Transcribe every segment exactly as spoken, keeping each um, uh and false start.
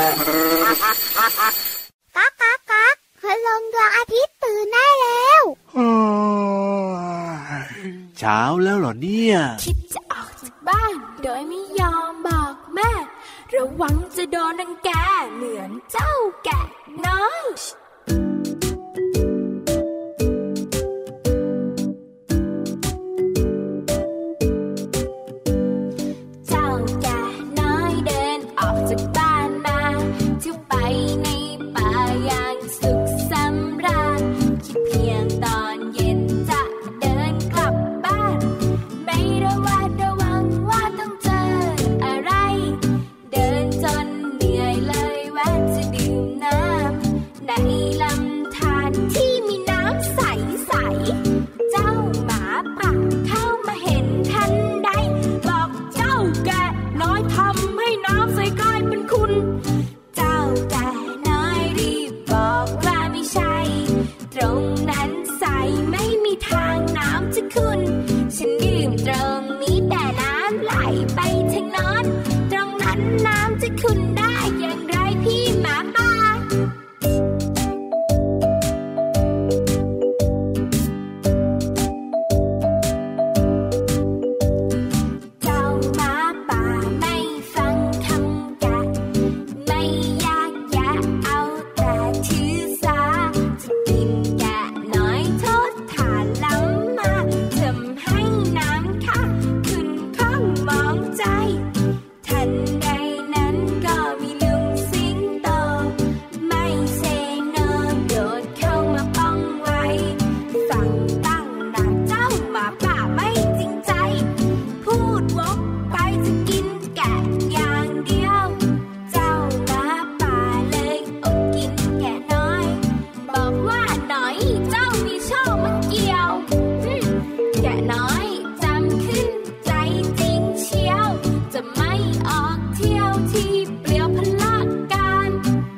ก๊ากก๊ากก๊ากคืลงดวงอาทิตย์ตื่นได้แล้วเช้าแล้วเหรอเนี่ยคิดจะออกจากบ้านโดยไม่ยอมบอกแม่ระวังจะโดนรังแกเหมือนเจ้าแกะน้อยเจ้าแกะน้อยเดินออกจากบ้านมาเที่ยวไปในป่าอย่างสุขสำราญคิดเพียงตอนเย็นจะเดินกลับบ้านไม่ระแวดระวังว่าต้องเจออะไรเดินจนเหนื่อยเลยแวะจะดื่มน้ำในลำธารที่มีน้ำใสๆเจ้าหมาป่าเข้ามาเห็นทันใดบอกเจ้าแกะน้อยทำให้น้ำใสกลายเป็นขุ่นเจ้าแกะน้อยรีบบอกว่าไม่ใช่ตรงนั้นใสไม่มีทางน้ำจะขุ่นฉันดื่มตรงนี้แต่น้ำไหลไปทางโน้นตรงนั้นน้ำจะขุ่นได้อย่างไรพี่หมาป่าเจ้าหมาป่าไม่ฟังคำแกะไม่อยากแยะเอาแต่ถือสาจะกินแกะน้อยโทษฐานล้ำมาทำให้น้ำข้าขึ้นข้องมองใจทันใดนั้นก็มีลุงสิงโตไม่เซโนโดดเข้ามาป้องไว้สั่งตั้งนานเจ้าหมาป่าไม่จริงใจพูดวกไปจะกินแกะอย่างเดียวเจ้าหมาป่าเลยอดกินแกะน้อยบอกว่าหน่อยเจ้ามีโชคมาเกี่ยวอืมแกะน้อยจำขึ้นใจจริงเชียวจะไม่ออกเที่ยวที่เปลี่ยวพละการ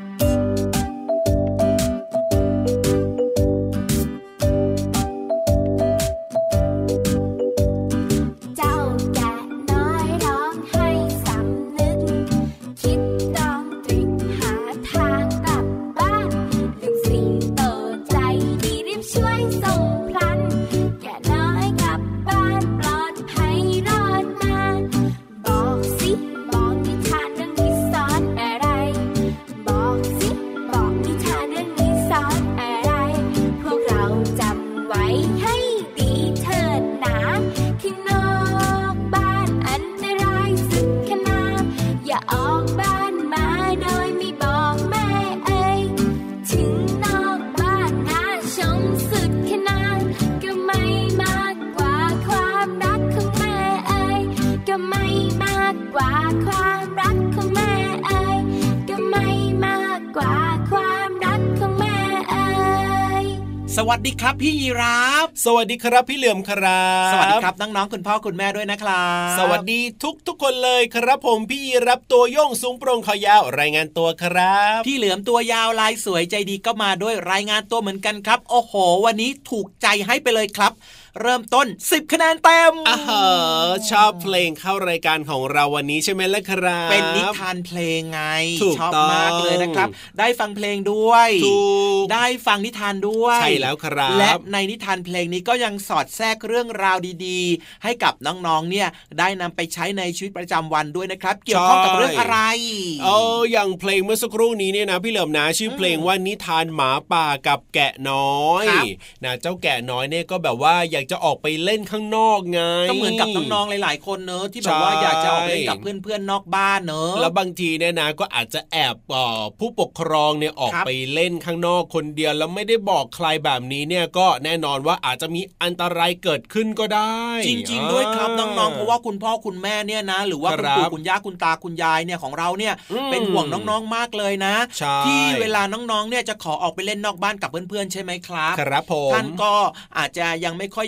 เจ้าแกะน้อยร้องให้สำนึกคิดต้องตรึกหาทางกลับบ้านลุงสิงโตใจดีรีบช่วยส่งพลันแกะน้อยกลับบ้านปลอดภัยรอดมาบอกสิบอกนิทานเรื่องนี้สอนอะไรบอกสิบอกนิทานเรื่องนี้สอนอะไรพวกเราจำไว้ให้ดีเถิดนะข้างนอกบ้านอันตรายสุดขนาดอย่าออกบ้านมาโดยไม่บอกแม่เอ่ยถึงนอกบ้านน่าชมสุดขนาดก็ไม่มากกว่าความรักของแม่เอ่ยก็ไม่มากกว่าความรักของแม่เอ่ยก็ไม่มากกว่าความรักของแม่เอ่ยสวัสดีครับพี่ยีราฟสวัสดีครับพี่เหลือมครับสวัสดีครับน้องๆคุณพ่อคุณแม่ด้วยนะครับสวัสดีทุกทุกคนเลยครับผมพี่ยีราฟตัวโยงสูงโปร่งคอยาวรายงานตัวครับพี่เหลือมตัวยาวลายสวยใจดีก็มาด้วยรายงานตัวเหมือนกันครับโอ้โหวันนี้ถูกใจให้ไปเลยครับเริ่มต้นสิบคะแนนเต็มอ่าฮะชอบเพลงเข้ารายการของเราวันนี้ใช่ไหมล่ะครับเป็นนิทานเพลงไงชอบมากเลยนะครับได้ฟังเพลงด้วยได้ฟังนิทานด้วยใช่แล้วครับและในนิทานเพลงนี้ก็ยังสอดแทรกเรื่องราวดีๆให้กับน้องๆเนี่ยได้นำไปใช้ในชีวิตประจำวันด้วยนะครับเกี่ยวข้องกับเรื่องอะไรเอออย่างเพลงเมื่อสักครู่นี้เนี่ยนะพี่เหลิมนะชื่อเพลงว่านิทานหมาป่ากับแกะน้อยนะเจ้าแกะน้อยเนี่ยก็แบบว่าอยากจะออกไปเล่นข้างนอกไงก็เหมือนกับน้องๆหลายๆคนเนอะที่แบบว่าอยากจะออกไปเล่นกับเพื่อนๆนอกบ้านเนอะแล้วบางทีเนี่ยนะก็อาจจะแอบผู้ปกครองเนี่ยออกไปเล่นข้างนอกคนเดียวแล้วไม่ได้บอกใครแบบนี้เนี่ยก็แน่นอนว่าอาจจะมีอันตรายเกิดขึ้นก็ได้จริงๆด้วยครับน้องๆเพราะว่าคุณพ่อคุณแม่เนี่ยนะหรือว่าคุณปู่คุณย่าคุณตาคุณยายเนี่ยของเราเนี่ยเป็นห่วงน้องๆมากเลยนะที่เวลาน้องๆเนี่ยจะขอออกไปเล่นนอกบ้านกับเพื่อนๆใช่ไหมครับครับผมท่านก็อาจจะยังไม่ค่อย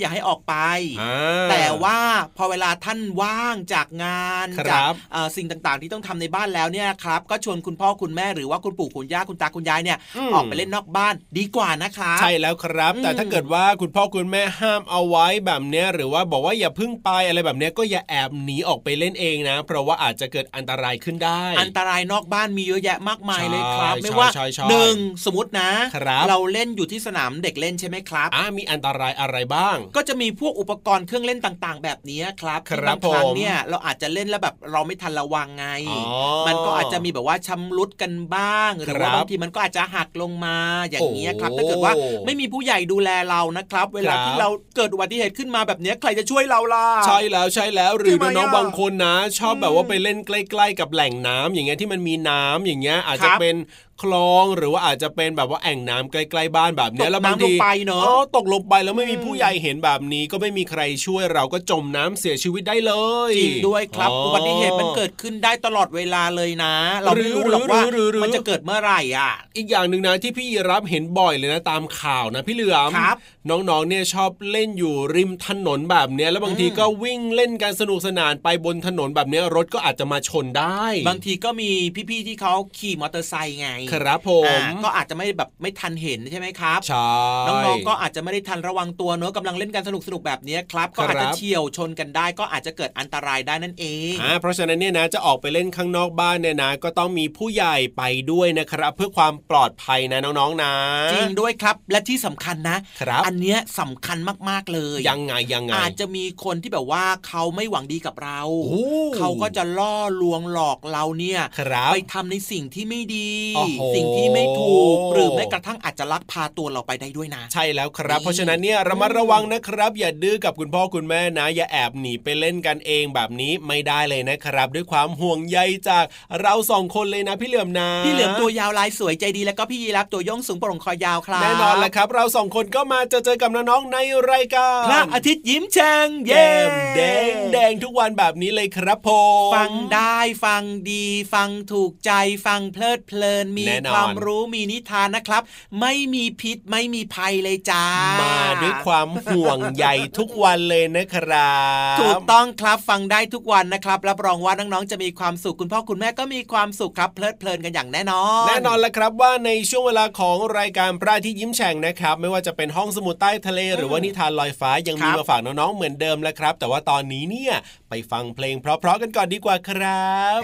อย่าให้ออกไปแต่ว่าพอเวลาท่านว่างจากงานจากสิ่งต่างๆที่ต้องทำในบ้านแล้วเนี่ยครับก็ชวนคุณพ่อคุณแม่หรือว่าคุณปู่คุณย่าคุณตาคุณยายเนี่ยออกไปเล่นนอกบ้านดีกว่านะคะใช่แล้วครับแต่ถ้าเกิดว่าคุณพ่อคุณแม่ห้ามเอาไว้แบบเนี้ยหรือว่าบอกว่าอย่าพึ่งไปอะไรแบบเนี้ยก็อย่าแอบหนีออกไปเล่นเองนะเพราะว่าอาจจะเกิดอันตรายขึ้นได้อันตรายนอกบ้านมีเยอะแยะมากมายเลยครับไม่ว่าหนึ่งสมมตินะเราเล่นอยู่ที่สนามเด็กเล่นใช่ไหมครับอ่ามีอันตรายอะไรบ้างก็จะมีพวกอุปกรณ์เครื่องเล่นต่างๆแบบนี้ครับที่บางครั้งเนี่ยเราอาจจะเล่นแล้วแบบเราไม่ทันระวังไงมันก็อาจจะมีแบบว่าชำรุดกันบ้างหรือว่าบางทีมันก็อาจจะหักลงมาอย่างนี้ครับถ้าเกิดว่าไม่มีผู้ใหญ่ดูแลเรานะครับเวลาที่เราเกิดอุบัติเหตุขึ้นมาแบบนี้ใครจะช่วยเราล่ะใช่แล้วใช่แล้วหรือน้องบางคนนะชอบแบบว่าไปเล่นใกล้ๆกับแหล่งน้ำอย่างเงี้ยที่มันมีน้ำอย่างเงี้ยอาจจะเป็นคลองหรือว่าอาจจะเป็นแบบว่าแอ่งน้ำใกล้ๆบ้านแบบนี้แล้วบางทีอ๋อตกลงไปแล้วไม่มีผู้ใหญ่เห็นแบบนี้ก็ไม่มีใครช่วยเราก็จมน้ำเสียชีวิตได้เลยจริงด้วยครับอุบัติเหตุมันเกิดขึ้นได้ตลอดเวลาเลยนะเราไม่รู้หรอกว่ามันจะเกิดเมื่อไหร่อ่ะอีกอย่างนึงนะที่พี่รับเห็นบ่อยเลยนะตามข่าวนะพี่เหลือมน้องๆเนี่ยชอบเล่นอยู่ริมถนนแบบนี้แล้วบางทีก็วิ่งเล่นกันสนุกสนานไปบนถนนแบบนี้รถก็อาจจะมาชนได้บางทีก็มีพี่ๆที่เขาขี่มอเตอร์ไซค์ไงครับผมก็อาจจะไม่แบบไม่ทันเห็นใช่ไหมครับใช่น้องๆก็อาจจะไม่ได้ทันระวังตัวเนอะกำลังเล่นกันสนุกสนุกแบบนี้ครับก็อาจจะเฉี่ยวชนกันได้ก็อาจจะเกิดอันตรายได้นั่นเองอ่าเพราะฉะนั้นเนี่ยนะจะออกไปเล่นข้างนอกบ้านเนี่ยนะก็ต้องมีผู้ใหญ่ไปด้วยนะครับเพื่อความปลอดภัยนะน้องๆนะจริงด้วยครับและที่สำคัญนะอันเนี้ยสำคัญมากๆเลยยังไงยังไงอาจจะมีคนที่แบบว่าเขาไม่หวังดีกับเราเขาก็จะล่อลวงหลอกเราเนี่ยไปทำในสิ่งที่ไม่ดีสิ่งที่ไม่ถูกหรือแม้กระทั่งอาจจะลักพาตัวเราไปได้ด้วยนะใช่แล้วครับเพราะฉะนั้นเนี่ยระมัดระวังนะครับอย่าดื้อกับคุณพ่อคุณแม่นะอย่าแอบหนีไปเล่นกันเองแบบนี้ไม่ได้เลยนะครับด้วยความห่วงใยจากเราสองคนเลยนะพี่เหลือมนะพี่เหลือมตัวยาวลายสวยใจดีแล้วก็พี่ยีรับตัวย่องสูงโปร่งคอยาวครับแน่นอนแหละครับเราสองคนก็มาเจอเจอกับน้องๆในรายการพระอาทิตย์ยิ้มแฉ่งแย้มแดงแดงทุกวันแบบนี้เลยครับผมฟังได้ฟังดีฟังถูกใจฟังเพลิดเพลินมีความรู้มีนิทานนะครับไม่มีพิษไม่มีภัยเลยจ้ามาด้วยความห่วงใยทุกวันเลยนะครับถูกต้องครับฟังได้ทุกวันนะครับรับรองว่าน้องๆจะมีความสุขคุณพ่อคุณแม่ก็มีความสุขครับเพลิดเพลินกันอย่างแน่นอนแน่นอนแล้วครับว่าในช่วงเวลาของรายการพระอาทิตย์ยิ้มแฉ่งนะครับไม่ว่าจะเป็นห้องสมุดใต้ทะเลหรือว่านิทานลอยฟ้ายังมีมาฝากน้องๆเหมือนเดิมแล้วครับแต่ว่าตอนนี้เนี่ยไปฟังเพลงเพราะๆกันก่อนดีกว่าครับ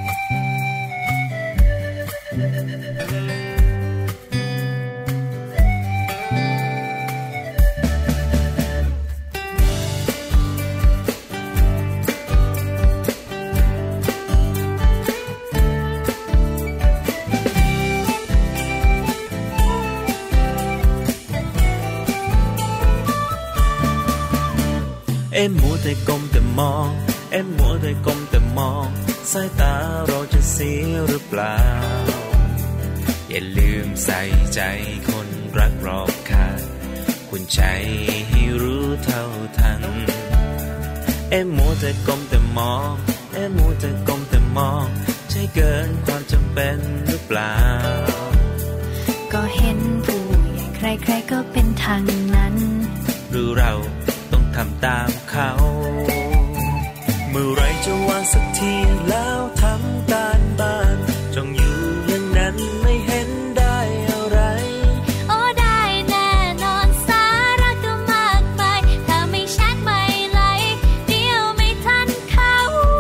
เอ็มมัวแต่ก้มแต่มองเอ็มมัวแต่ก้มแต่มองสายตาเราจะเสียหรือเปล่าอย่าลืมใส่ใจคนรักรอบข้างคุณใจให้รู้เท่าทันเอ็มมัวแต่ก้มแต่มองเอ็มมัวแต่ก้มแต่มองใช่เกินความจำเป็นหรือเปล่าก็เห็นผู้ใหญ่ใครๆก็เป็นทางนั้นหรือเราทำตามเขาเมื่อไรจะวางสักทีแล้วทำการบ้านจ้องอยู่อย่างนั้นไม่เห็นได้อะไรโอ้ได้แน่นอนสาระก็มากมายถ้าไม่ชัดไม่ไหลเดี๋ยวไม่ทันเขา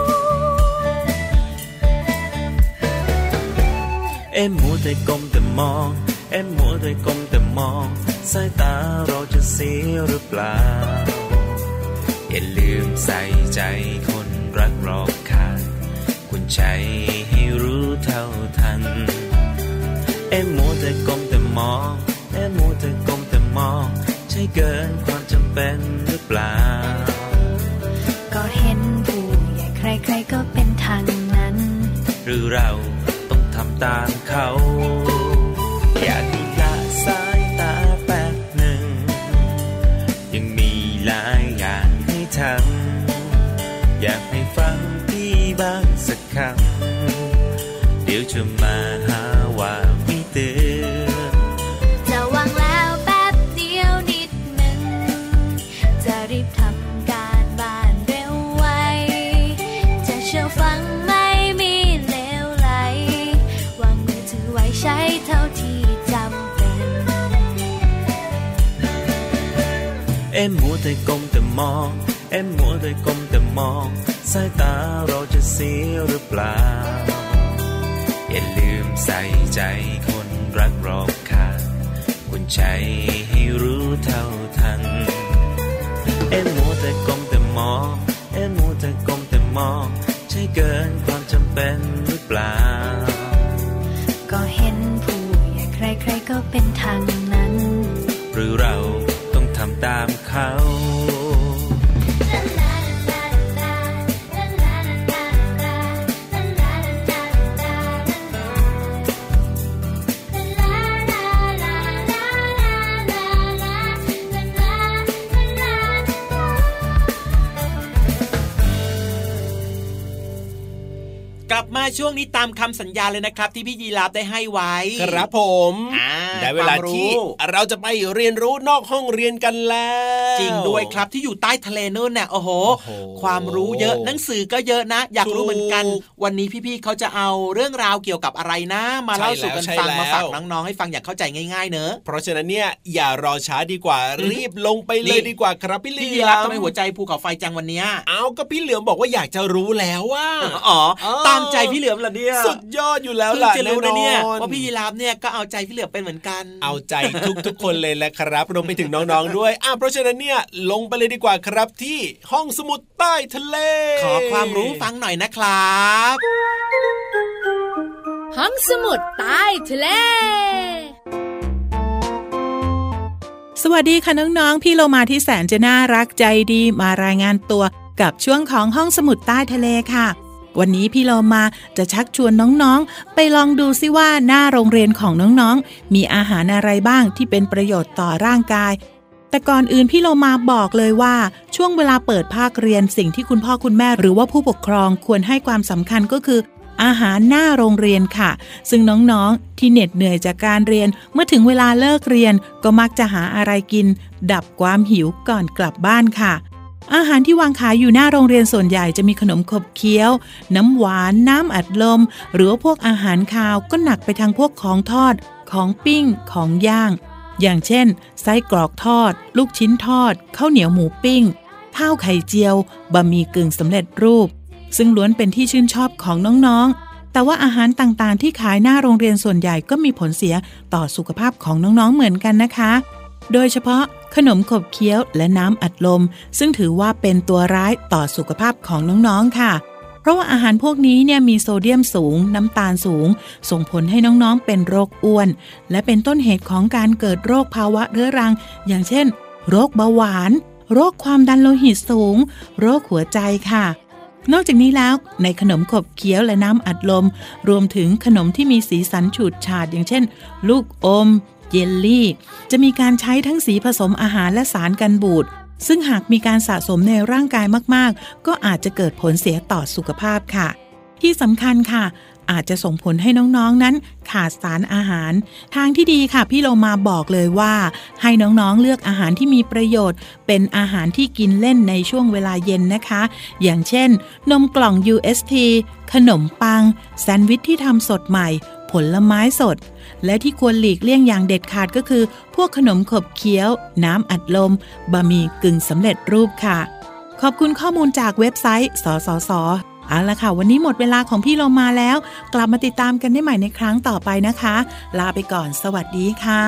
เอ็มมัวแต่ก้มแต่มองเอ็มมัวแต่ก้มแต่มองสายตาเราจะเสียหรือเปล่าอย่าลืมใส่ใจคนรักรอบข้างคุณใจให้รู้เท่าทันเอ็มมัวแต่ก้มแต่มองเอ็มมัวแต่ก้มแต่มองใช่เกินความจำเป็นหรือเปล่าก็เห็นผู้ใหญ่ใครๆก็เป็นทางนั้นหรือเราต้องทำตามเขาอยากให้ละสายตาแป๊บหนึ่งยังมีหลายอย่างอยากให้ฟังพี่บ้างสักคำเดี๋ยวจะมาหาว่าไม่เตือนจะวางแล้วแป๊บเดียวนิดหนึ่งจะช้เท่าที่จำเป็นเอ็มมัวแต่ก้มแต่มองเอ็มมัวแต่ก้มแต่มองสายตาเราจะเสียหรือเปล่าอย่าลืมใส่ใจคนรักรอบข้างคุณใจให้รู้เท่าทันเอ็มมัวแต่ก้มแต่มองเอ็มมัวแต่ก้มแต่มองใช่เกินความจำเป็นหรือเปล่าก็เห็นผู้ใหญ่ใครๆก็เป็นทางนั้นหรือเราต้องทำตามเขากลับมาช่วงนี้ตามคำสัญญาเลยนะครับที่พี่ยีราฟได้ให้ไว้ครับผมได้เวลาที่เราจะไปเรียนรู้นอกห้องเรียนกันแล้วจริงด้วยครับที่อยู่ใต้ทะเลนู่นเนี่ยโอ้โหความรู้เยอะหนังสือก็เยอะนะอยากรู้เหมือนกันวันนี้พี่ๆเขาจะเอาเรื่องราวเกี่ยวกับอะไรนะมาเล่าสู่กันฟังมาฝากน้องๆให้ฟังอย่างเข้าใจง่ายๆเนอะเพราะฉะนั้นเนี่ยอย่ารอช้าดีกว่ารีบลงไปเลยดีกว่าครับพี่เหลือมพี่ยีราฟทำไมหัวใจภูเขาไฟจังวันนี้เอาก็พี่เหลือมบอกว่าอยากจะรู้แล้วว่าอ๋อตามใจพี่เหลือมเหรอเนี่ยสุดยอดอยู่แล้วล่ะจะรู้นะเนี่ยว่าพี่ยีราฟเนี่ยก็เอาใจพี่เหลือมเป็นเหมือนกันเอาใจทุกๆคนเลยแหละครับรวมไปถึงน้องๆด้วยอ่ะเพราะฉะนั้นเนี่ยลงไปเลยดีกว่าครับที่ห้องสมุดใต้ทะเลขอความรู้ฟังหน่อยนะครับห้องสมุดใต้ทะเลสวัสดีค่ะน้องๆพี่โลมาที่แสนจะน่ารักใจดีมารายงานตัวกับช่วงของห้องสมุดใต้ทะเลค่ะวันนี้พี่โลมาจะชักชวนน้องๆไปลองดูซิว่าหน้าโรงเรียนของน้องๆมีอาหารอะไรบ้างที่เป็นประโยชน์ต่อร่างกายแต่ก่อนอื่นพี่โลมาบอกเลยว่าช่วงเวลาเปิดภาคเรียนสิ่งที่คุณพ่อคุณแม่หรือว่าผู้ปกครองควรให้ความสำคัญก็คืออาหารหน้าโรงเรียนค่ะซึ่งน้องๆที่เหน็ดเหนื่อยจากการเรียนเมื่อถึงเวลาเลิกเรียนก็มักจะหาอะไรกินดับความหิวก่อนกลับบ้านค่ะอาหารที่วางขายอยู่หน้าโรงเรียนส่วนใหญ่จะมีขนมขบเคี้ยวน้ำหวานน้ำอัดลมหรือว่าพวกอาหารคาวก็หนักไปทางพวกของทอดของปิ้งของย่างอย่างเช่นไส้กรอกทอดลูกชิ้นทอดข้าวเหนียวหมูปิ้งข้าวไข่เจียวบะหมี่กึ่งสำเร็จรูปซึ่งล้วนเป็นที่ชื่นชอบของน้องๆแต่ว่าอาหารต่างๆที่ขายหน้าโรงเรียนส่วนใหญ่ก็มีผลเสียต่อสุขภาพของน้องๆเหมือนกันนะคะโดยเฉพาะขนมขบเคี้ยวและน้ำอัดลมซึ่งถือว่าเป็นตัวร้ายต่อสุขภาพของน้องๆค่ะเพราะว่าอาหารพวกนี้เนี่ยมีโซเดียมสูงน้ำตาลสูงส่งผลให้น้องๆเป็นโรคอ้วนและเป็นต้นเหตุของการเกิดโรคภาวะเรื้อรังอย่างเช่นโรคเบาหวานโรคความดันโลหิตสูงโรคหัวใจค่ะนอกจากนี้แล้วในขนมขบเคี้ยวและน้ำอัดลมรวมถึงขนมที่มีสีสันฉูดฉาดอย่างเช่นลูกอมเยลลี่จะมีการใช้ทั้งสีผสมอาหารและสารกันบูดซึ่งหากมีการสะสมในร่างกายมากๆก็อาจจะเกิดผลเสียต่อสุขภาพค่ะที่สำคัญค่ะอาจจะส่งผลให้น้องๆนั้นขาดสารอาหารทางที่ดีค่ะพี่โลมาบอกเลยว่าให้น้องๆเลือกอาหารที่มีประโยชน์เป็นอาหารที่กินเล่นในช่วงเวลาเย็นนะคะอย่างเช่นนมกล่อง ยู เอส ที ขนมปังแซนด์วิชที่ทำสดใหม่ผลไม้สดและที่ควรหลีกเลี่ยงอย่างเด็ดขาดก็คือพวกขนมขบเคี้ยวน้ำอัดลมบะหมี่กึ่งสำเร็จรูปค่ะขอบคุณข้อมูลจากเว็บไซต์สสส.เอาละค่ะวันนี้หมดเวลาของพี่โลมาแล้วกลับมาติดตามกันได้ใหม่ในครั้งต่อไปนะคะลาไปก่อนสวัสดีค่ะ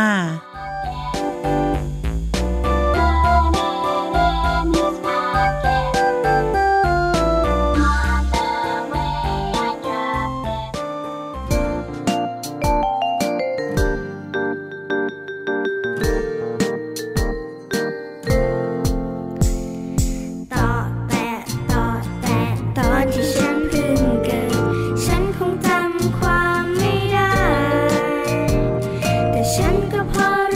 ฉันก็พอ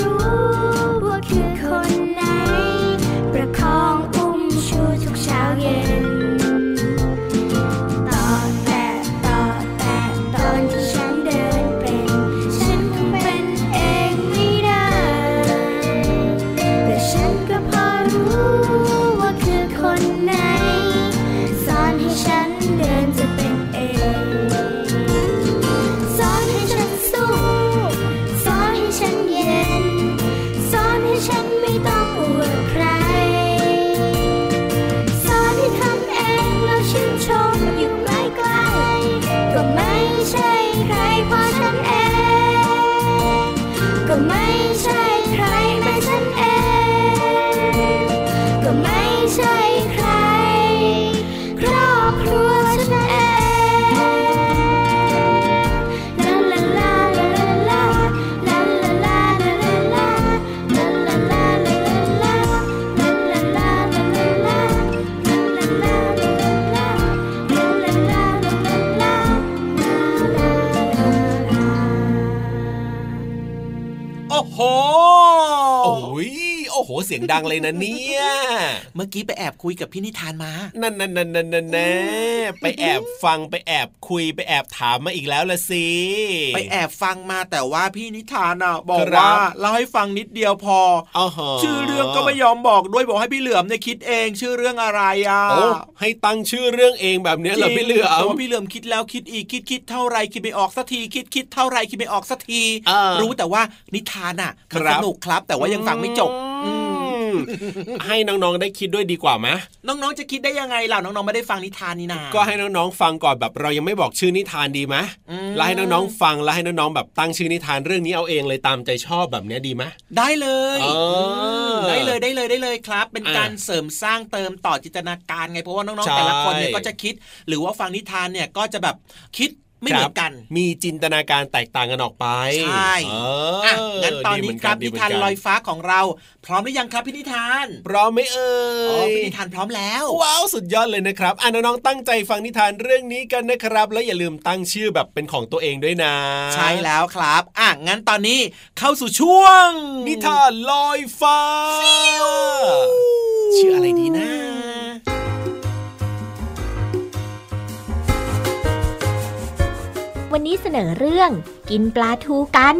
โหโอ้ยโอ้โหเสียงดังเลยนะเนี่ยเมื่อกี้ไปแอบคุยกับพี่นิทานมานั่นนั่นนั่นนั่นนั่นแน่ไปแอบฟังไปแอบคุยไปแอบถามมาอีกแล้วละสิไปแอบฟังมาแต่ว่าพี่นิทานอ่ะบอกว่าเล่าให้ฟังนิดเดียวพอชื่อเรื่องก็ไม่ยอมบอกด้วยบอกให้พี่เหลือมเนี่ยคิดเองชื่อเรื่องอะไรอ่ะโอ้ให้ตั้งชื่อเรื่องเองแบบนี้เหรอพี่เหลือมแต่ว่าพี่เหลือมคิดแล้วคิดอีกคิดคิดเท่าไรคิดไม่ออกสักทีคิดคิดเท่าไรคิดไม่ออกสักทีรู้แต่ว่านิทานอ่ะมันสนุกครับแต่ว่ายังฟังไม่จบให้น้องๆได้คิดด้วยดีกว่าไหมน้องๆจะคิดได้ยังไงล่ะน้องๆไม่ได้ฟังนิทานนี่นาก็ให้น้องๆฟังก่อนแบบเรายังไม่บอกชื่อนิทานดีไหมแล้วให้น้องๆฟังแล้วให้น้องๆแบบตั้งชื่อนิทานเรื่องนี้เอาเองเลยตามใจชอบแบบนี้ดีไหมได้เลยได้เลยได้เลยได้เลยครับเป็นการเสริมสร้างเติมต่อจินตนาการไงเพราะว่าน้องๆแต่ละคนเนี่ยก็จะคิดหรือว่าฟังนิทานเนี่ยก็จะแบบคิดไม่เหมือนกันมีจินตนาการแตกต่างกันออกไปใช่อ่ะงั้นตอนนี้ครับนิทานลอยฟ้าของเราพร้อมหรือยังครับพี่นิทานพร้อมไหมเอ่ยอ๋อพี่นิทานพร้อมแล้วว้าวสุดยอดเลยนะครับอ่ะน้องๆตั้งใจฟังนิทานเรื่องนี้กันนะครับแล้วอย่าลืมตั้งชื่อแบบเป็นของตัวเองด้วยนะใช่แล้วครับอ่ะงั้นตอนนี้เข้าสู่ช่วงนิทานลอยฟ้าชื่ออะไรดีนะวันนี้เสนอเรื่องกินปลาทูกัน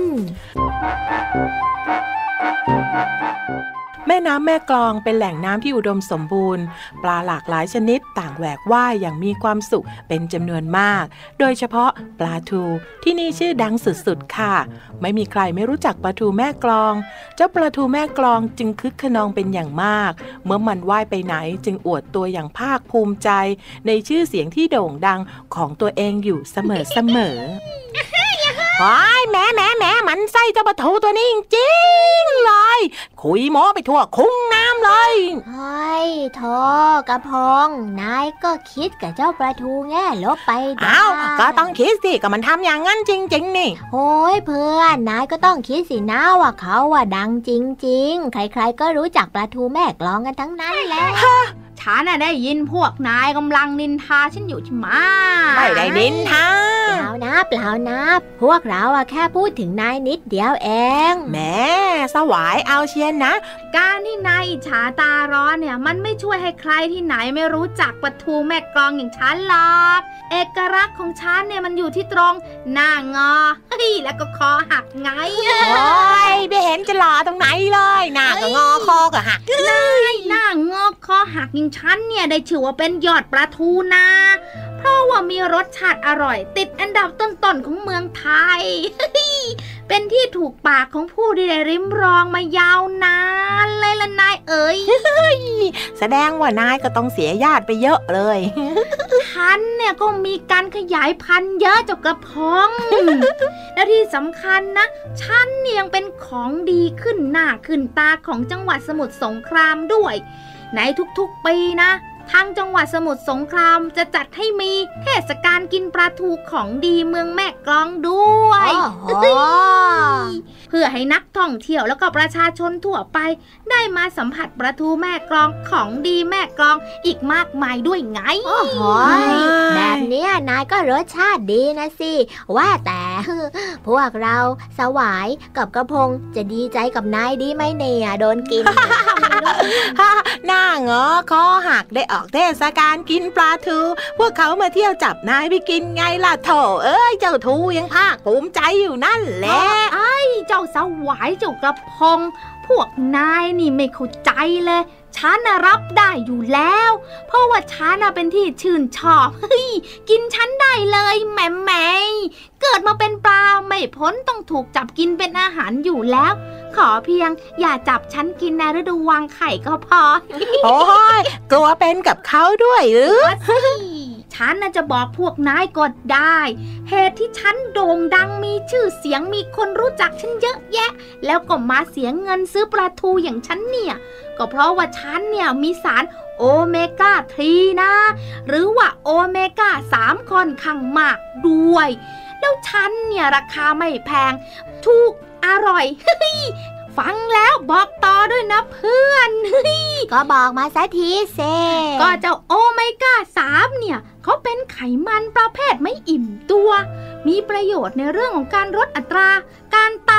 แม่น้ำแม่กลองเป็นแหล่งน้ำที่อุดมสมบูรณ์ปลาหลากหลายชนิดต่างแหวกว่ายอย่างมีความสุขเป็นจำนวนมากโดยเฉพาะปลาทูที่นี่ชื่อดังสุดๆค่ะไม่มีใครไม่รู้จักปลาทูแม่กลองเจ้าปลาทูแม่กลองจึงคึกขนองเป็นอย่างมากเมื่อมันว่ายไปไหนจึงอวดตัวอย่างภาคภูมิใจในชื่อเสียงที่โด่งดังของตัวเองอยู่เสมอๆโอ้ยแม่แม่แม่มันไส้เจ้าปลาทูตัวนี้จริงๆเลยคุยโม้ไปทั่วคุ้งน้ำเลยเฮ้ยโธ่กระพงนายก็คิดกับเจ้าปลาทูแง่ลบไปได้อ้าวก็ต้องคิดสิก็มันทำอย่างนั้นจริงๆนี่โอ้ยเพื่อนนายก็ต้องคิดสินะว่าเขาว่าดังจริงๆใครๆก็รู้จักปลาทูแม่กลองกันทั้งนั้นแหละฉันน่ะได้ยินพวกนายกำลังนินทาฉันอยู่ใช่ไหมไม่ได้นินทาเปล่านะเปล่านะพวกเราอะแค่พูดถึงนายนิดเดียวเองแหมสวายเอาเชียนนะการที่นายฉาตาร้อนเนี่ยมันไม่ช่วยให้ใครที่ไหนไม่รู้จักปลาทูแม่กลองอย่างฉันหรอกเอกลักษณ์ของฉันเนี่ยมันอยู่ที่ตรงหน้างอเฮ้ยแล้วก็คอหักไงโอ้ยไม่เห็นจะหล่อตรงไหนเลยหน้าก็งอคอก็หักเลยหน้างอคอหักอย่างฉันเนี่ยได้ชื่อว่าเป็นยอดปลาทูนะเพราะว่ามีรสชาติอร่อยติดอันดับต้นๆของเมืองไทย เป็นที่ถูกปากของผู้ที่ได้ริมรองมายาวนานเลยล่ะนายเอ๋ยแสดงว่านายก็ต้องเสียญาติไปเยอะเลยฉันเนี่ยก็มีการขยายพันธุ์เยอะเจ้ากระพง และที่สำคัญนะฉันเนี่ยยังเป็นของดีขึ้นหน้าขึ้นตาของจังหวัดสมุทรสงครามด้วยในทุกๆปีนะทางจังหวัดสมุทรสงครามจะจัดให้มีเทศกาลกินปลาทูของดีเมืองแม่กลองด้วยเพื่อให้นักท่องเที่ยวแล้วก็ประชาชนทั่วไปได้มาสัมผัสปลาทูแม่กลองของดีแม่กลองอีกมากมายด้วยไงโอ้โหแบบนี้นายก็รสชาติดีนะสิว่าแต่พวกเราสวายกับกระพงจะดีใจกับนายดีไหมเนี่ยโดนกินหน้าเงาะคอหักได้ออกเทศกาลกินปลาทูพวกเขามาเที่ยวจับนายไปกินไงล่ะโถเอ้ยเจ้าทูยังภาคภูมิใจอยู่นั่นแหละไอ้เจ้าสวายเจ้ากระพงพวกนายนี่ไม่เข้าใจเลยฉันน่ะรับได้อยู่แล้วเพราะว่าฉันน่ะเป็นที่ชื่นชอบเฮ้ยกินฉันได้เลยแหม่แหม่เกิดมาเป็นปลาไม่พ้นต้องถูกจับกินเป็นอาหารอยู่แล้วขอเพียงอย่าจับฉันกินในฤดูวางไข่ก็พอโอ้ยกลัวเป็นกับเขาด้วยหรือฉันน่ะจะบอกพวกนายก็ได้เหตุที่ฉันโด่งดังมีชื่อเสียงมีคนรู้จักฉันเยอะแยะแล้วก็มาเสียเงินซื้อปลาทูอย่างฉันเนี่ยก็เพราะว่าฉันเนี่ยมีสารโอเมก้าสามนะหรือว่าโอเมก้าสามค่อนข้างมากด้วยแล้วฉันเนี่ยราคาไม่แพงถูกอร่อยฟังแล้วบอกต่อด้วยนะเพื่อนก็บอกมาสักทีเซก็เจ้าโอเมก้าสามเนี่ยเขาเป็นไขมันประเภทไม่อิ่มตัวมีประโยชน์ในเรื่องของการลดอัตราการตาย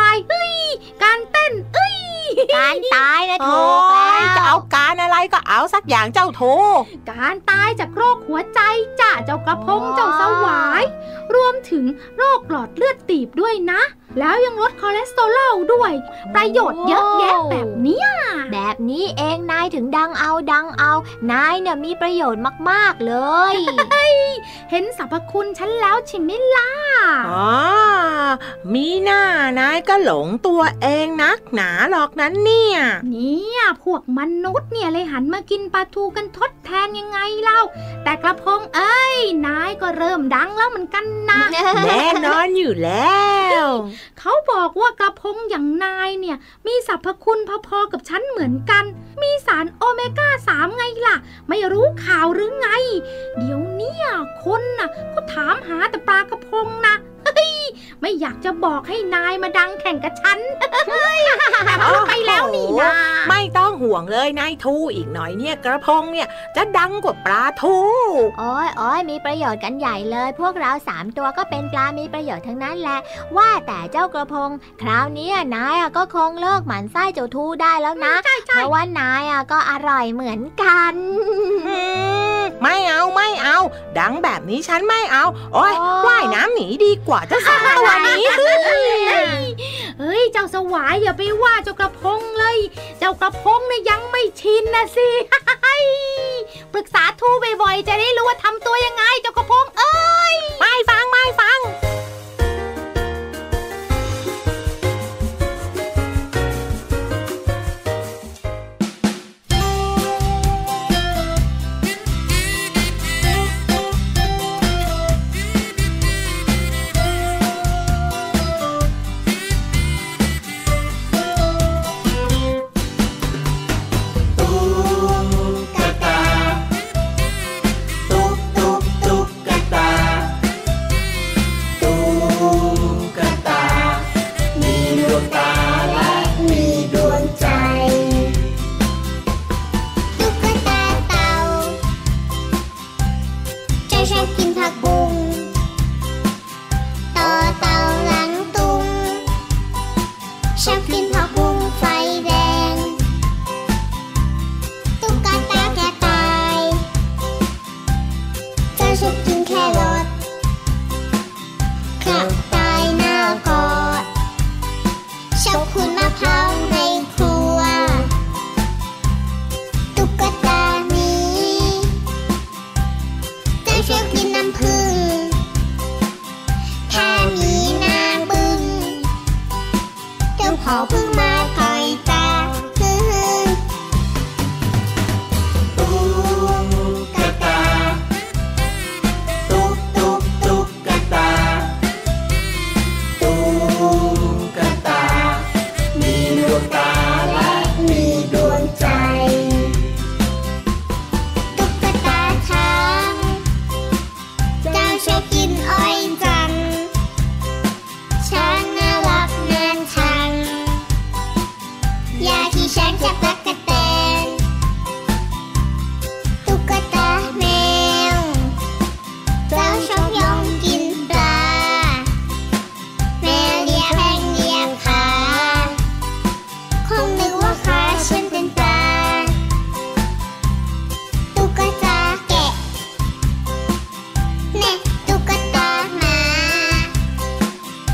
ายเฮ้ยการเต้นเอ้ยการตายนะถูกแล้วจะเอาการอะไรก็เอาสักอย่างเจ้าโทการตายจากโรคหัวใจจ้ะเจ้ากระพงเจ้าสวายรวมถึงโรคหลอดเลือดตีบด้วยนะแล้วยังลดคอเลสเตอรอลด้วยประโยชน์เยอะแยะแบบเนี้ยแบบนี้เองนายถึงดังเอาดังเอานายเนี่ยมีประโยชน์มากๆเลยเห็นสรรพคุณฉันแล้วใช่ไหมล่ะอ๋อมีหน้านายก็หลงตัวเองนักหนาหรอกนั้นเนี่ยเนี่ยพวกมนุษย์เนี่ยเลยหันมากินปลาทูกันทดแทนยังไงเล่าแต่กระพงเอ้ยนายก็เริ่มดังแล้วเหมือนกันนะแน่นอนอยู่แล้วเขาบอกว่ากระพงอย่างนายเนี่ยมีสรรพคุณพอๆกับฉันเหมือนกันมีสารโอเมก้าสามไงล่ะไม่รู้ข่าวหรือไงเดี๋ยวเนี่ยคนน่ะก็ถามหาแต่ปลากระพงนะไม่อยากจะบอกให้นายมาดังแข่งกับฉันแต่พูดไปแล้วนี่นะไม่ต้องห่วงเลยนายทูอีกหน่อยเนี่ยกระพงเนี่ยจะดังกว่าปลาทูโอ้ยโอ้ยมีประโยชน์กันใหญ่เลยพวกเราสามตัวก็เป็นปลามีประโยชน์ทั้งนั้นแหละว่าแต่เจ้ากระพงคราวนี้นายก็คงเลิกหมั่นไส้เจ้าทูได้แล้วนะเพราะว่านายก็อร่อยเหมือนกันไม่เอาไม่เอาดังแบบนี้ฉันไม่เอาโอ๊ยว่ายน้ำหนีดีกว่าเจ้าสองตัวนี้เฮ้ยเจ้าสวายอย่าไปว่าเจ้ากระพงเลยเจ้ากระพงเนี่ยยังไม่ชินนะสิปรึกษาทูบ่อยๆจะได้รู้ว่าทำตัวยังไงเจ้ากระพงเอ้ยไม่ฟังไม่ฟัง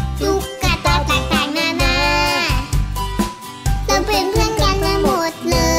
เป็นเพื่อนกันมาหมดเลย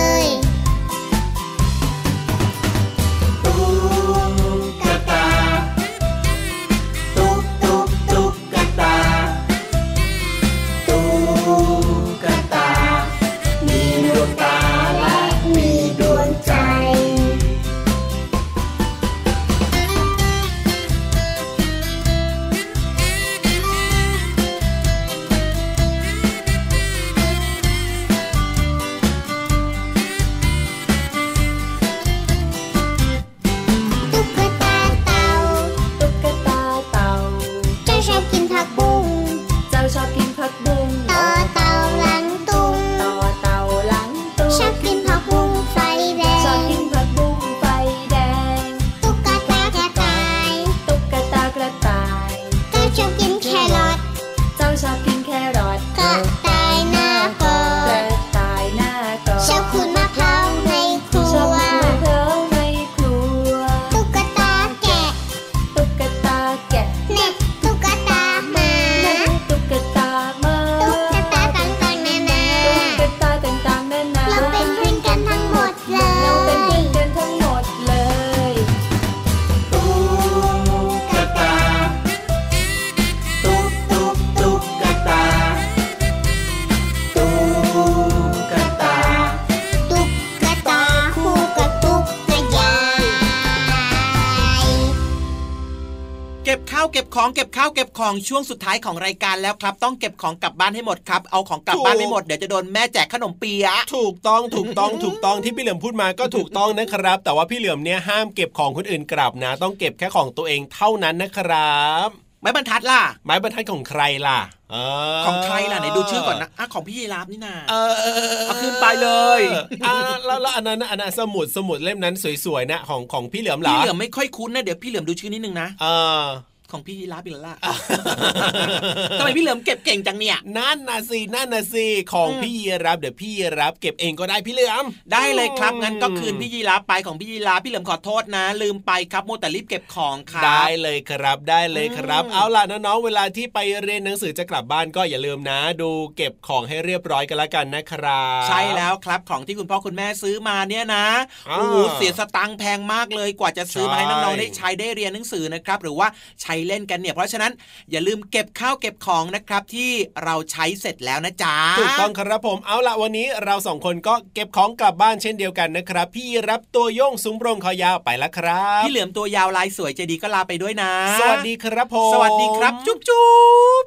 ของเก็บข้าวเก็บของช่วงสุดท้ายของรายการแล้วครับต้องเก็บของกลับบ้านให้หมดครับเอาของกลับบ้านไม่หมดเดี๋ยวจะโดนแม่แจกขนมเปี๊ยะถูกต้องถูกต้องถูกต้องที่พี่เหลือมพูดมาก็ถูกต้องนะครับแต่ว่าพี่เหลือมเนี่ยห้ามเก็บของคนอื่นกลับนะต้องเก็บแค่ของตัวเองเท่านั้นนะครับไม้บรรทัดล่ะไม้บรรทัดของใครล่ะของใครล่ะไหนดูชื่อก่อนนะอ่ะของพี่ยีราฟนี่นาเออเอาขึ้นไปเลยอ่ะแล้วแล้วอันนั้นอันนั้นสมุดสมุดเล่มนั้นสวยๆนะของของพี่เหลือมเหรอพี่เหลือมไม่ค่อยคุ้นนะเดี๋ยวพี่เหลือมดูชื่อนิดนึงนะเออของพี่ยีราฟอีกแล้วล่ะทำไมพี่เหลือมเก็บเก่งจังเนี่ยนั่นน่ะสินั่นน่ะสิของพี่ยีราฟเดี๋ยวพี่ยีราฟเก็บเองก็ได้พี่เหลือมได้เลยครับงั้นก็คืนพี่ยีราฟไปของพี่ยีราฟพี่เหลือมขอโทษนะลืมไปครับมัวแต่รีบเก็บของครับได้เลยครับได้เลยครับเอาล่ะน้องๆเวลาที่ไปเรียนหนังสือจะกลับบ้านก็อย่าลืมนะดูเก็บของให้เรียบร้อยกันละกันนะครับใช่แล้วครับของที่คุณพ่อคุณแม่ซื้อมาเนี่ยนะโอ้โหเสียสตังค์แพงมากเลยกว่าจะซื้อมาให้น้องๆได้ใช้ได้เรียนหนังสือนะครับหรือว่าใช้เล่นกันเนี่ยเพราะฉะนั้นอย่าลืมเก็บข้าวเก็บของนะครับที่เราใช้เสร็จแล้วนะจ๊ะถูกต้องครับผมเอาล่ะวันนี้เราสองคนก็เก็บของกลับบ้านเช่นเดียวกันนะครับพี่รับตัวโยงสูงโปร่งคอยาวไปแล้วครับพี่เหลือมตัวยาวลายสวยใจดีก็ลาไปด้วยนะสวัสดีครับผมสวัสดีครับจุ๊บจุ๊บ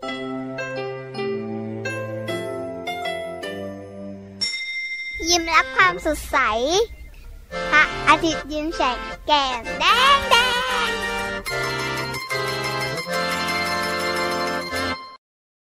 ยิ้มรับความสดใสพระอาทิตย์ยิ้มแฉกแก้มแดงแดง